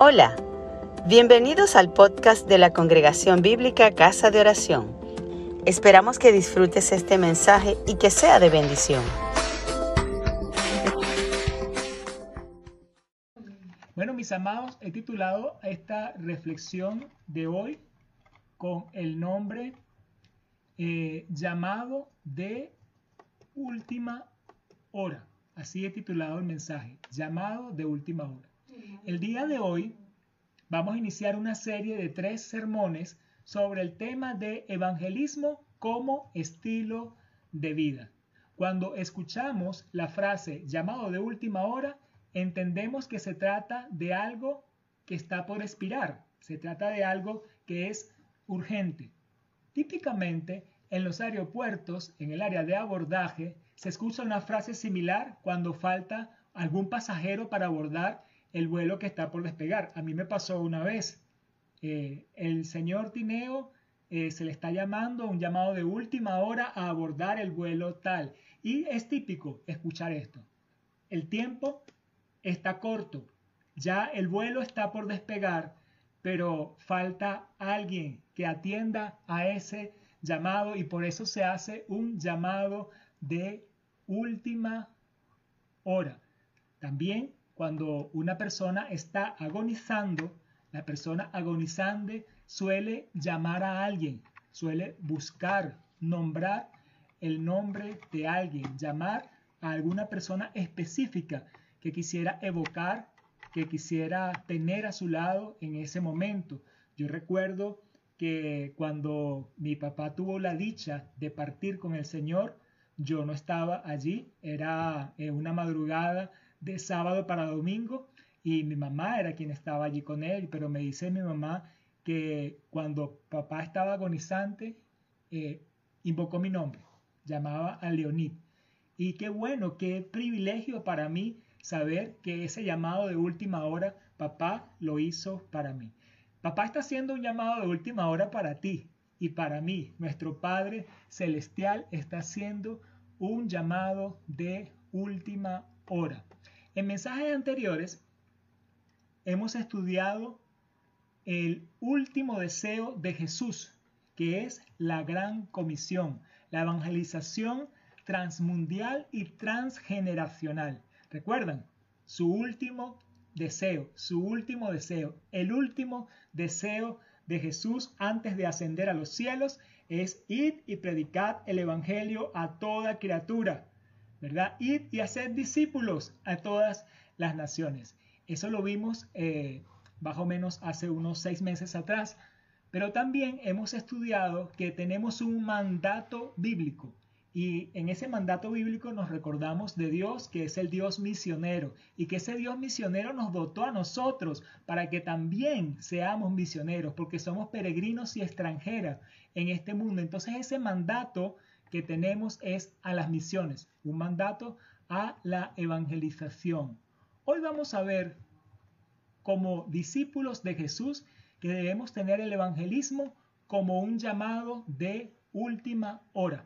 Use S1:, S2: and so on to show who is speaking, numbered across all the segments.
S1: Hola, bienvenidos al podcast de la Congregación Bíblica Casa de Oración. Esperamos que disfrutes este mensaje y que sea de bendición.
S2: Bueno, mis amados, he titulado esta reflexión de hoy con el nombre llamado de última hora. Así he titulado el mensaje, llamado de última hora. El día de hoy vamos a iniciar una serie de 3 sermones sobre el tema de evangelismo como estilo de vida. Cuando escuchamos la frase llamado de última hora, entendemos que se trata de algo que está por expirar, se trata de algo que es urgente. Típicamente, en los aeropuertos, en el área de abordaje, se escucha una frase similar cuando falta algún pasajero para abordar el vuelo que está por despegar. A mí me pasó una vez. El señor Tineo se le está llamando, un llamado de última hora a abordar el vuelo tal. Y es típico escuchar esto. El tiempo está corto. Ya el vuelo está por despegar, pero falta alguien que atienda a ese llamado y por eso se hace un llamado de última hora. También cuando una persona está agonizando, la persona agonizante suele llamar a alguien, suele buscar, nombrar el nombre de alguien, llamar a alguna persona específica que quisiera evocar, que quisiera tener a su lado en ese momento. Yo recuerdo que cuando mi papá tuvo la dicha de partir con el Señor, yo no estaba allí, era una madrugada de sábado para domingo y mi mamá era quien estaba allí con él, pero me dice mi mamá que cuando papá estaba agonizante, invocó mi nombre, llamaba a Leonid. Y qué bueno, qué privilegio para mí saber que ese llamado de última hora, papá lo hizo para mí. Papá está haciendo un llamado de última hora para ti y para mí. Nuestro Padre Celestial está haciendo un llamado de última hora. En mensajes anteriores hemos estudiado el último deseo de Jesús, que es la gran comisión, la evangelización transmundial y transgeneracional. ¿Recuerdan? Su último deseo, el último deseo de Jesús antes de ascender a los cielos es id y predicad el evangelio a toda criatura, ¿verdad? Id y haced discípulos a todas las naciones. Eso lo vimos más o menos hace unos 6 meses atrás, pero también hemos estudiado que tenemos un mandato bíblico y en ese mandato bíblico nos recordamos de Dios, que es el Dios misionero y que ese Dios misionero nos dotó a nosotros para que también seamos misioneros porque somos peregrinos y extranjeras en este mundo. Entonces ese mandato que tenemos es a las misiones, un mandato a la evangelización. Hoy vamos a ver como discípulos de Jesús que debemos tener el evangelismo como un llamado de última hora.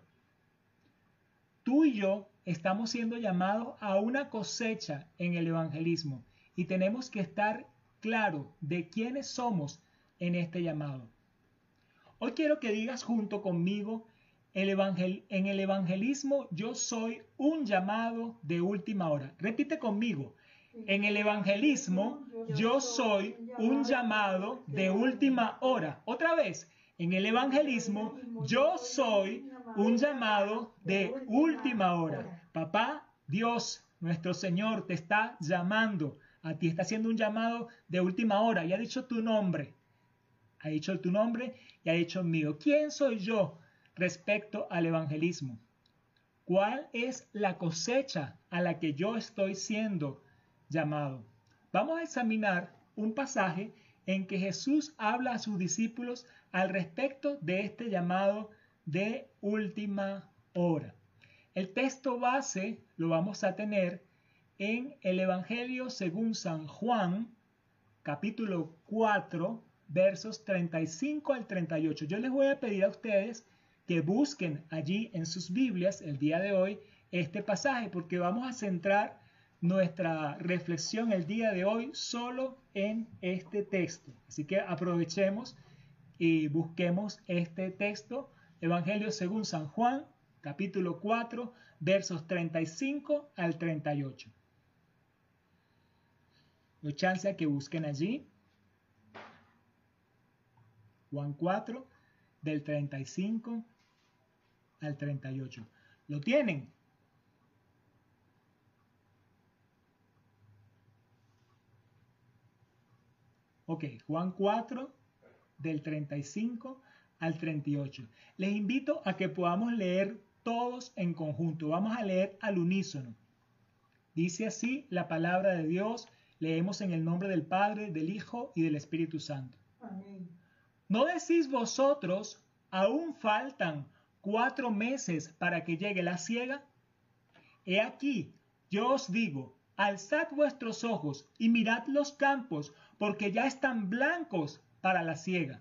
S2: Tú y yo estamos siendo llamados a una cosecha en el evangelismo y tenemos que estar claros de quiénes somos en este llamado. Hoy quiero que digas junto conmigo, en el evangelismo yo soy un llamado de última hora. Repite conmigo. En el evangelismo yo soy un llamado de última hora. Otra vez, en el evangelismo yo soy un llamado de última hora. Papá, Dios, nuestro Señor, te está llamando. A ti está haciendo un llamado de última hora y ha dicho tu nombre. Ha dicho tu nombre y ha dicho el mío. ¿Quién soy yo respecto al evangelismo? ¿Cuál es la cosecha a la que yo estoy siendo llamado? Vamos a examinar un pasaje en que Jesús habla a sus discípulos al respecto de este llamado de última hora. El texto base lo vamos a tener en el Evangelio según San Juan, capítulo 4, versos 35 al 38. Yo les voy a pedir a ustedes que busquen allí en sus Biblias el día de hoy este pasaje porque vamos a centrar nuestra reflexión el día de hoy solo en este texto. Así que aprovechemos y busquemos este texto, Evangelio según San Juan, capítulo 4, versos 35 al 38. Doy chance a que busquen allí. Juan 4, del 35 al 38. ¿Lo tienen? Ok, Juan 4, del 35 al 38. Les invito a que podamos leer todos en conjunto. Vamos a leer al unísono. Dice así la palabra de Dios. Leemos en el nombre del Padre, del Hijo y del Espíritu Santo.
S3: Amén.
S2: ¿No decís vosotros, aún faltan 4 meses para que llegue la siega? He aquí, yo os digo, alzad vuestros ojos y mirad los campos, porque ya están blancos para la siega.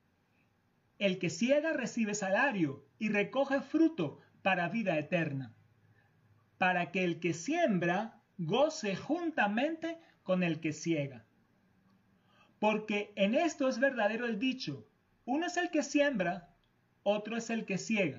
S2: El que siega recibe salario y recoge fruto para vida eterna, para que el que siembra goce juntamente con el que siega. Porque en esto es verdadero el dicho, uno es el que siembra, otro es el que siega.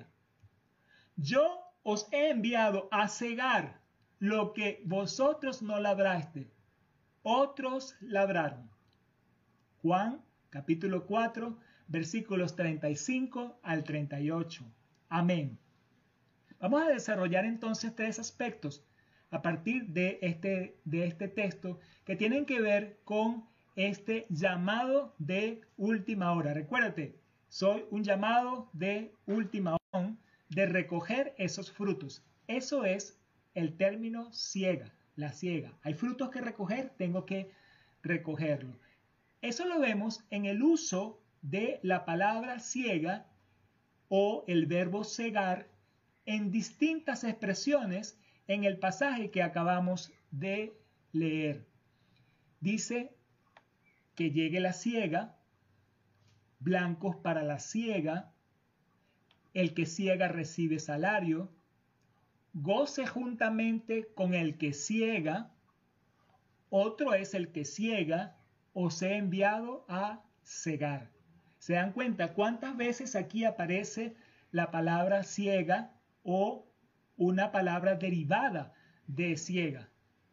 S2: Yo os he enviado a segar lo que vosotros no labraste, otros labraron. Juan, capítulo 4, versículos 35 al 38. Amén. Vamos a desarrollar entonces 3 aspectos a partir de este texto que tienen que ver con este llamado de última hora. Recuérdate, soy un llamado de última hora, de recoger esos frutos. Eso es el término siega, la siega. Hay frutos que recoger, tengo que recogerlo. Eso lo vemos en el uso de la palabra siega o el verbo segar en distintas expresiones en el pasaje que acabamos de leer. Dice que llegue la siega, blancos para la siega, el que siega recibe salario, goce juntamente con el que siega, otro es el que siega, os he enviado a segar. ¿Se dan cuenta cuántas veces aquí aparece la palabra siega o una palabra derivada de siega?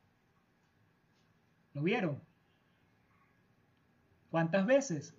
S2: ¿Lo vieron? ¿Cuántas veces?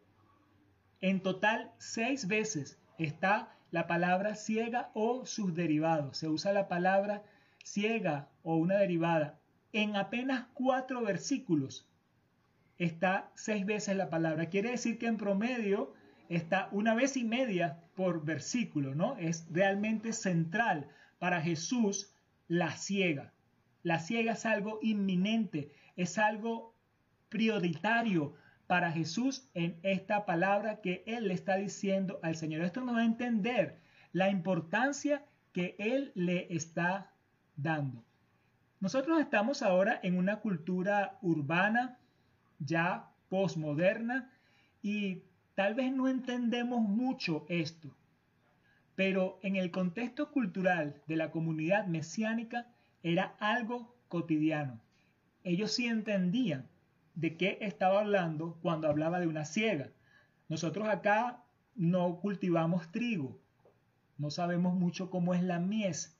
S2: En total 6 veces está la palabra siega o sus derivados. Se usa la palabra siega o una derivada. En apenas 4 versículos está 6 veces la palabra. Quiere decir que en promedio está 1,5 veces por versículo, ¿no? Es realmente central para Jesús la siega. La siega es algo inminente, es algo prioritario para Jesús en esta palabra que Él le está diciendo al Señor. Esto nos va a entender la importancia que Él le está dando. Nosotros estamos ahora en una cultura urbana, ya posmoderna, y tal vez no entendemos mucho esto, pero en el contexto cultural de la comunidad mesiánica era algo cotidiano. Ellos sí entendían de qué estaba hablando cuando hablaba de una siega. Nosotros acá no cultivamos trigo, no sabemos mucho cómo es la mies.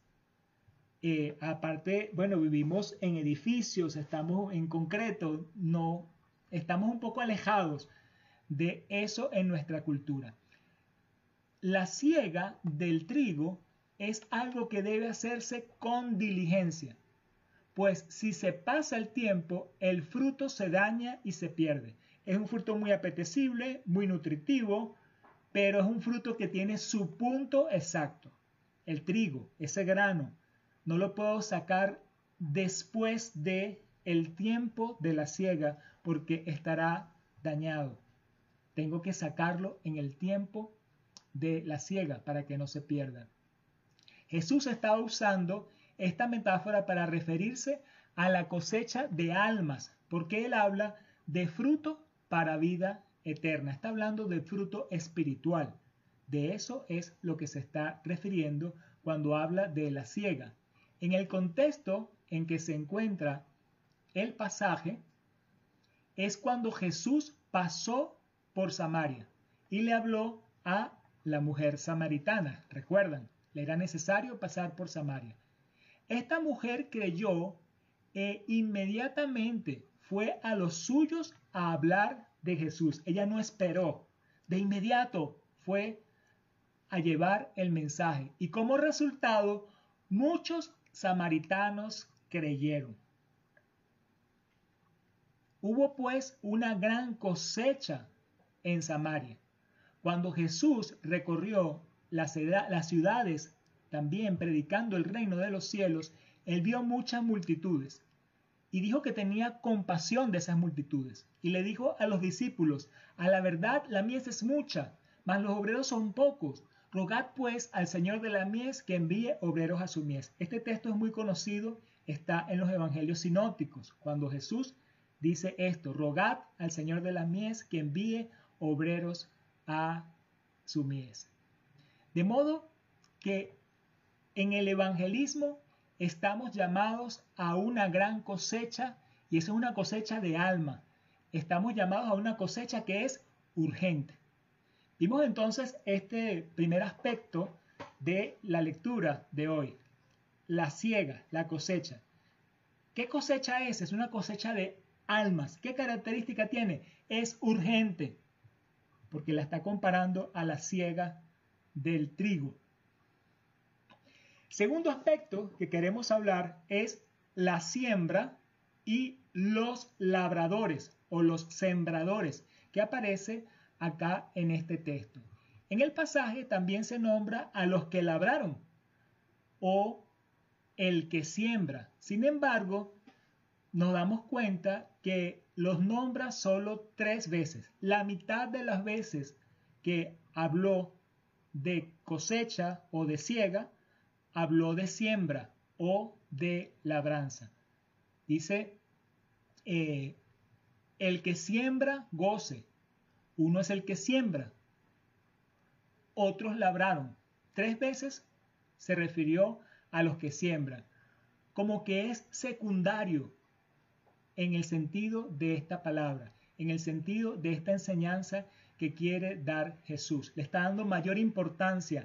S2: Aparte, bueno, vivimos en edificios, estamos en concreto, no, estamos un poco alejados de eso en nuestra cultura. La siega del trigo es algo que debe hacerse con diligencia, pues si se pasa el tiempo, el fruto se daña y se pierde. Es un fruto muy apetecible, muy nutritivo, pero es un fruto que tiene su punto exacto. El trigo, ese grano, no lo puedo sacar después de el tiempo de la siega porque estará dañado. Tengo que sacarlo en el tiempo de la siega para que no se pierda. Jesús estaba usando esta metáfora para referirse a la cosecha de almas, porque Él habla de fruto para vida eterna. Está hablando de fruto espiritual. De eso es lo que se está refiriendo cuando habla de la siega. En el contexto en que se encuentra el pasaje es cuando Jesús pasó por Samaria y le habló a la mujer samaritana. ¿Recuerdan? Le era necesario pasar por Samaria. Esta mujer creyó e inmediatamente fue a los suyos a hablar de Jesús. Ella no esperó. De inmediato fue a llevar el mensaje. Y como resultado, muchos samaritanos creyeron. Hubo pues una gran cosecha en Samaria. Cuando Jesús recorrió las ciudades también predicando el reino de los cielos, él vio muchas multitudes y dijo que tenía compasión de esas multitudes. Y le dijo a los discípulos: a la verdad la mies es mucha, mas los obreros son pocos. Rogad pues al Señor de la mies que envíe obreros a su mies. Este texto es muy conocido, está en los evangelios sinópticos, cuando Jesús dice esto: rogad al Señor de la mies que envíe obreros a su mies. De modo que en el evangelismo estamos llamados a una gran cosecha, y eso es una cosecha de alma. Estamos llamados a una cosecha que es urgente. Vimos entonces este primer aspecto de la lectura de hoy: la siega, la cosecha. ¿Qué cosecha es? Es una cosecha de almas. ¿Qué característica tiene? Es urgente, porque la está comparando a la siega del trigo. Segundo aspecto que queremos hablar es la siembra y los labradores o los sembradores, que aparece acá en este texto. En el pasaje también se nombra a los que labraron o el que siembra. Sin embargo, nos damos cuenta que los nombra solo 3 veces. La mitad de las veces que habló de cosecha o de siega, habló de siembra o de labranza. Dice, el que siembra goce. Uno es el que siembra. Otros labraron. 3 veces se refirió a los que siembran, como que es secundario en el sentido de esta palabra, en el sentido de esta enseñanza que quiere dar Jesús. Le está dando mayor importancia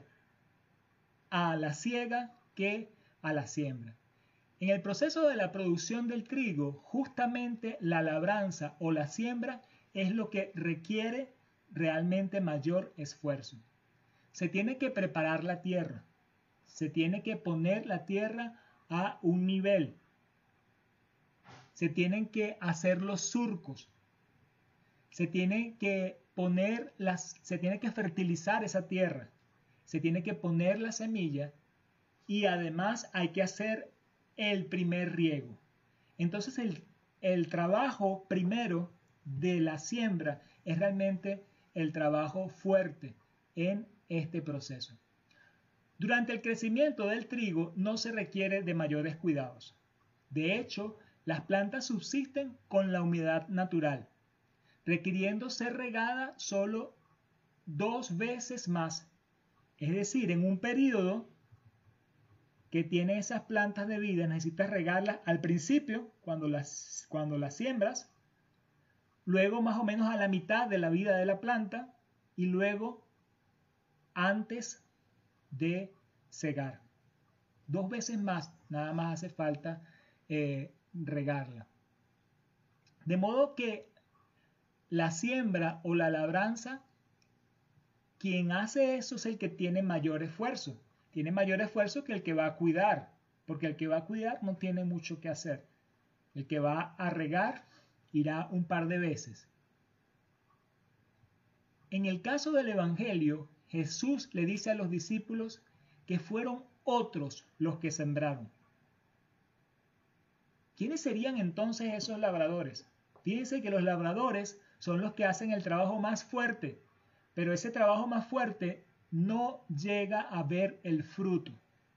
S2: a la siega que a la siembra. En el proceso de la producción del trigo, justamente la labranza o la siembra es lo que requiere realmente mayor esfuerzo. Se tiene que preparar la tierra, se tiene que poner la tierra a un nivel, se tienen que hacer los surcos, se tiene que fertilizar esa tierra, se tiene que poner la semilla y además hay que hacer el primer riego. Entonces el trabajo primero de la siembra es realmente el trabajo fuerte en este proceso. Durante el crecimiento del trigo no se requiere de mayores cuidados. De hecho, las plantas subsisten con la humedad natural, requiriendo ser regada solo 2 veces más. Es decir, en un periodo que tiene esas plantas de vida, necesitas regarlas al principio, cuando las siembras, luego más o menos a la mitad de la vida de la planta y luego antes de segar. 2 veces más, nada más hace falta regarla. De modo que la siembra o la labranza, quien hace eso es el que tiene mayor esfuerzo. Tiene mayor esfuerzo que el que va a cuidar, porque el que va a cuidar no tiene mucho que hacer. El que va a regar irá un par de veces. En el caso del Evangelio, Jesús le dice a los discípulos que fueron otros los que sembraron. ¿Quiénes serían entonces esos labradores? Fíjense que los labradores son los que hacen el trabajo más fuerte, pero ese trabajo más fuerte no llega a ver el fruto.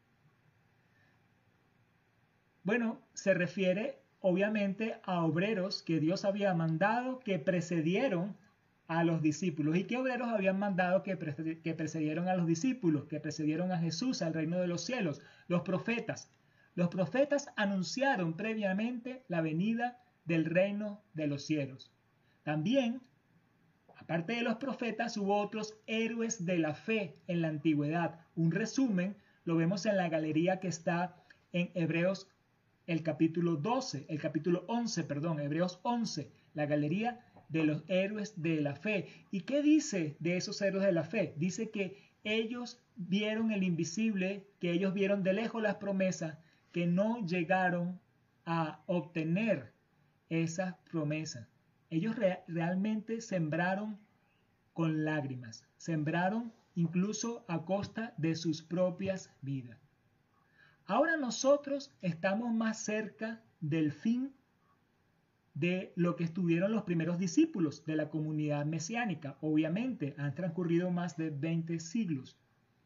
S2: Bueno, se refiere obviamente a obreros que Dios había mandado que precedieron a los discípulos. ¿Y qué obreros habían mandado que precedieron a los discípulos, que precedieron a Jesús al reino de los cielos? Los profetas. Los profetas anunciaron previamente la venida del reino de los cielos. También, aparte de los profetas, hubo otros héroes de la fe en la antigüedad. Un resumen lo vemos en la galería que está en Hebreos el capítulo 11, Hebreos 11, la galería de los héroes de la fe. ¿Y qué dice de esos héroes de la fe? Dice que ellos vieron el invisible, que ellos vieron de lejos las promesas, que no llegaron a obtener esas promesas. Ellos realmente sembraron con lágrimas, sembraron incluso a costa de sus propias vidas. Ahora nosotros estamos más cerca del fin de lo que estuvieron los primeros discípulos de la comunidad mesiánica. Obviamente han transcurrido más de 20 siglos.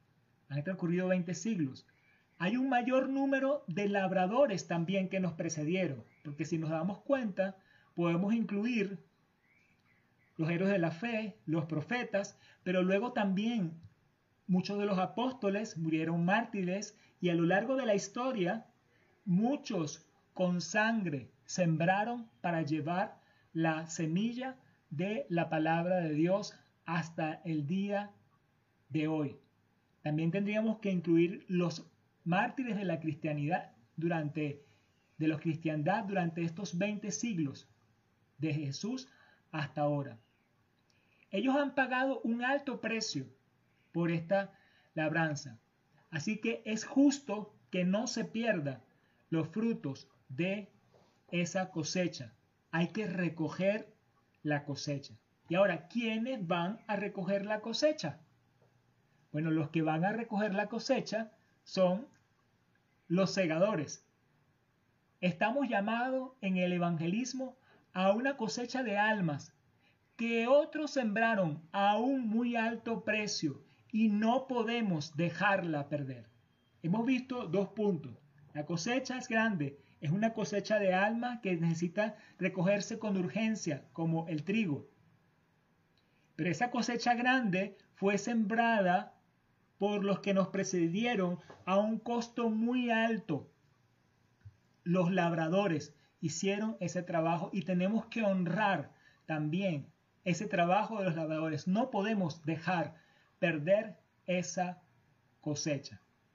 S2: Hay un mayor número de labradores también que nos precedieron, porque si nos damos cuenta, podemos incluir los héroes de la fe, los profetas, pero luego también muchos de los apóstoles murieron mártires y a lo largo de la historia, muchos con sangre sembraron para llevar la semilla de la palabra de Dios hasta el día de hoy. También tendríamos que incluir los mártires de la cristiandad durante estos 20 siglos, de Jesús hasta ahora. Ellos han pagado un alto precio por esta labranza. Así que es justo que no se pierdan los frutos de esa cosecha. Hay que recoger la cosecha. Y ahora, ¿quiénes van a recoger la cosecha? Bueno, los que van a recoger la cosecha son los segadores. Estamos llamados en el evangelismo a una cosecha de almas que otros sembraron a un muy alto precio y no podemos dejarla perder. Hemos visto dos puntos. La cosecha es grande, es una cosecha de almas que necesita recogerse con urgencia, como el trigo. Pero esa cosecha grande fue sembrada por los que nos precedieron a un costo muy alto. Los labradores hicieron ese trabajo y tenemos que honrar también ese trabajo de los labradores. No podemos dejar perder esa cosecha.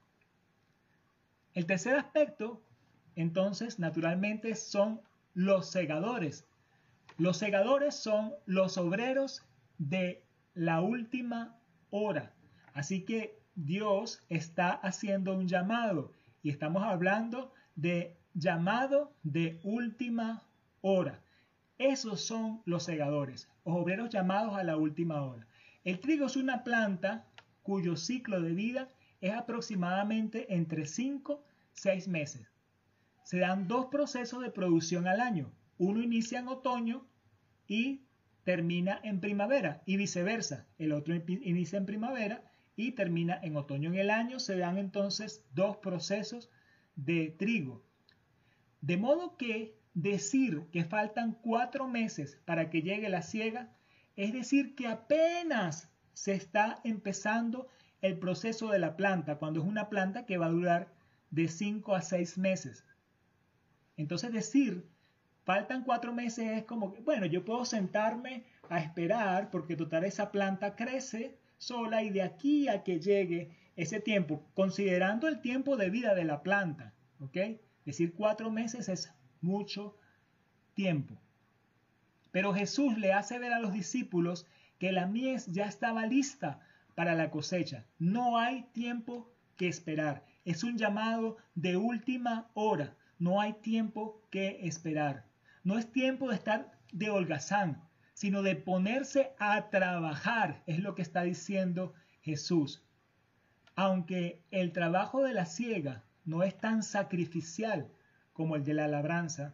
S2: El tercer aspecto, entonces, naturalmente, son los segadores. Los segadores son los obreros de la última hora. Así que Dios está haciendo un llamado y estamos hablando de llamado de última hora. Esos son los segadores, los obreros llamados a la última hora. El trigo es una planta cuyo ciclo de vida es aproximadamente entre 5 y 6 meses. Se dan dos procesos de producción al año. Uno inicia en otoño y termina en primavera y viceversa. El otro inicia en primavera y termina en otoño. En el año se dan entonces dos procesos de trigo. De modo que decir que faltan 4 meses para que llegue la siega, es decir que apenas se está empezando el proceso de la planta, cuando es una planta que va a durar de 5 a 6 meses. Entonces decir, faltan 4 meses es como que, bueno, yo puedo sentarme a esperar porque total esa planta crece sola y de aquí a que llegue ese tiempo, considerando el tiempo de vida de la planta, ¿ok? Decir 4 meses es mucho tiempo. Pero Jesús le hace ver a los discípulos que la mies ya estaba lista para la cosecha. No hay tiempo que esperar. Es un llamado de última hora. No hay tiempo que esperar. No es tiempo de estar de holgazán, sino de ponerse a trabajar, es lo que está diciendo Jesús. Aunque el trabajo de la siega no es tan sacrificial como el de la labranza,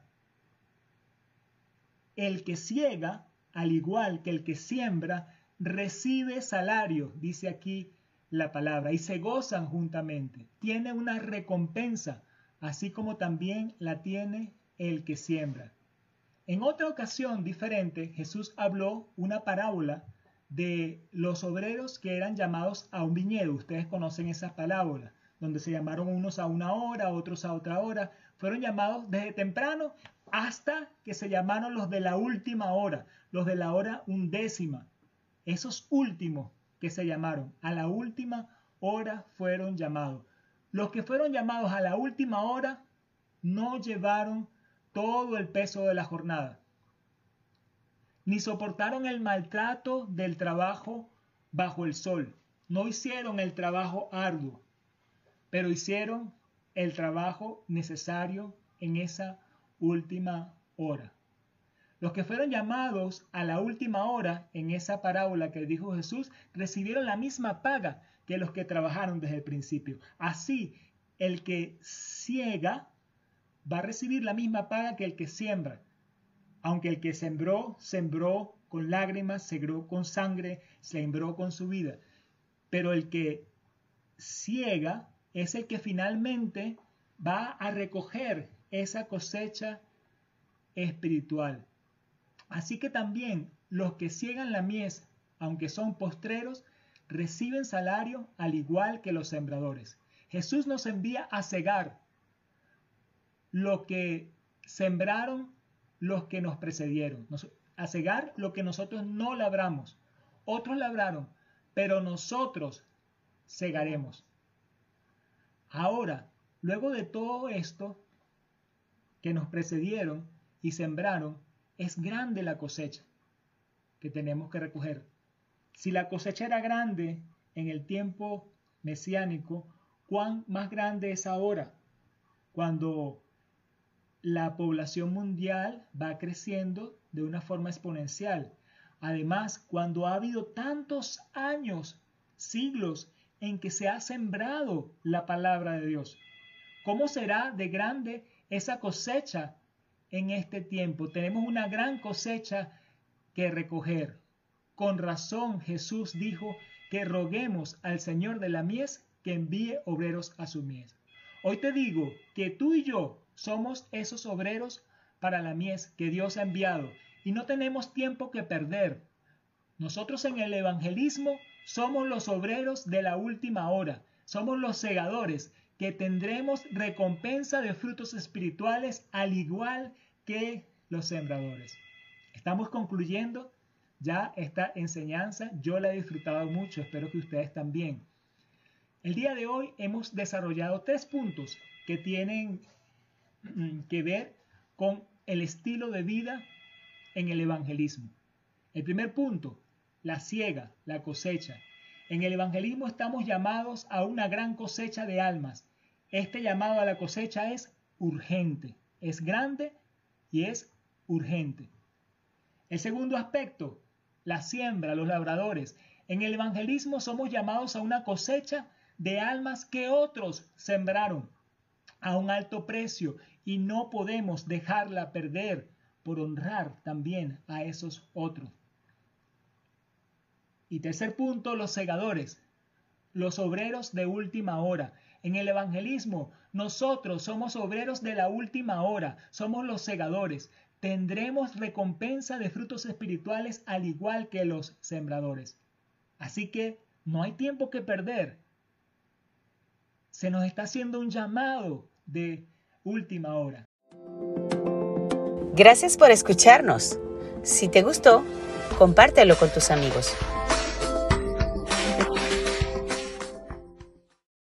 S2: el que siega, al igual que el que siembra, recibe salario, dice aquí la palabra, y se gozan juntamente. Tiene una recompensa, así como también la tiene el que siembra. En otra ocasión diferente, Jesús habló una parábola de los obreros que eran llamados a un viñedo. Ustedes conocen esa parábola, donde se llamaron unos a una hora, otros a otra hora. Fueron llamados desde temprano hasta que se llamaron los de la última hora, los de la hora 11. Esos últimos que se llamaron a la última hora fueron llamados. Los que fueron llamados a la última hora no llevaron todo el peso de la jornada, ni soportaron el maltrato del trabajo bajo el sol. No hicieron el trabajo arduo, pero hicieron el trabajo necesario en esa última hora. Los que fueron llamados a la última hora en esa parábola que dijo Jesús recibieron la misma paga que los que trabajaron desde el principio. Así, el que ciega va a recibir la misma paga que el que siembra. Aunque el que sembró con lágrimas, sembró con sangre, sembró con su vida. Pero el que ciega es el que finalmente va a recoger esa cosecha espiritual. Así que también los que ciegan la mies, aunque son postreros, reciben salario al igual que los sembradores. Jesús nos envía a cegar lo que sembraron los que nos precedieron, a cegar lo que nosotros no labramos. Otros labraron, pero nosotros cegaremos. Ahora, luego de todo esto que nos precedieron y sembraron, es grande la cosecha que tenemos que recoger. Si la cosecha era grande en el tiempo mesiánico, ¿cuán más grande es ahora? Cuando la población mundial va creciendo de una forma exponencial. Además, cuando ha habido tantos años, siglos, en que se ha sembrado la palabra de Dios, ¿cómo será de grande esa cosecha en este tiempo? Tenemos una gran cosecha que recoger. Con razón Jesús dijo que roguemos al Señor de la mies que envíe obreros a su mies. Hoy te digo que tú y yo somos esos obreros para la mies que Dios ha enviado y no tenemos tiempo que perder. Nosotros en el evangelismo somos los obreros de la última hora, somos los segadores que tendremos recompensa de frutos espirituales al igual que los sembradores. Estamos concluyendo ya esta enseñanza, yo la he disfrutado mucho, espero que ustedes también. El día de hoy hemos desarrollado 3 puntos que tienen que ver con el estilo de vida en el evangelismo. El primer punto, la siega, la cosecha. En el evangelismo estamos llamados a una gran cosecha de almas. Este llamado a la cosecha es urgente, es grande y es urgente. El segundo aspecto, la siembra, los labradores. En el evangelismo somos llamados a una cosecha de almas que otros sembraron a un alto precio y no podemos dejarla perder por honrar también a esos otros. Y tercer punto, los segadores, los obreros de última hora. En el evangelismo nosotros somos obreros de la última hora, somos los segadores. Tendremos recompensa de frutos espirituales al igual que los sembradores. Así que no hay tiempo que perder. Se nos está haciendo un llamado de última hora.
S1: Gracias por escucharnos. Si te gustó, compártelo con tus amigos.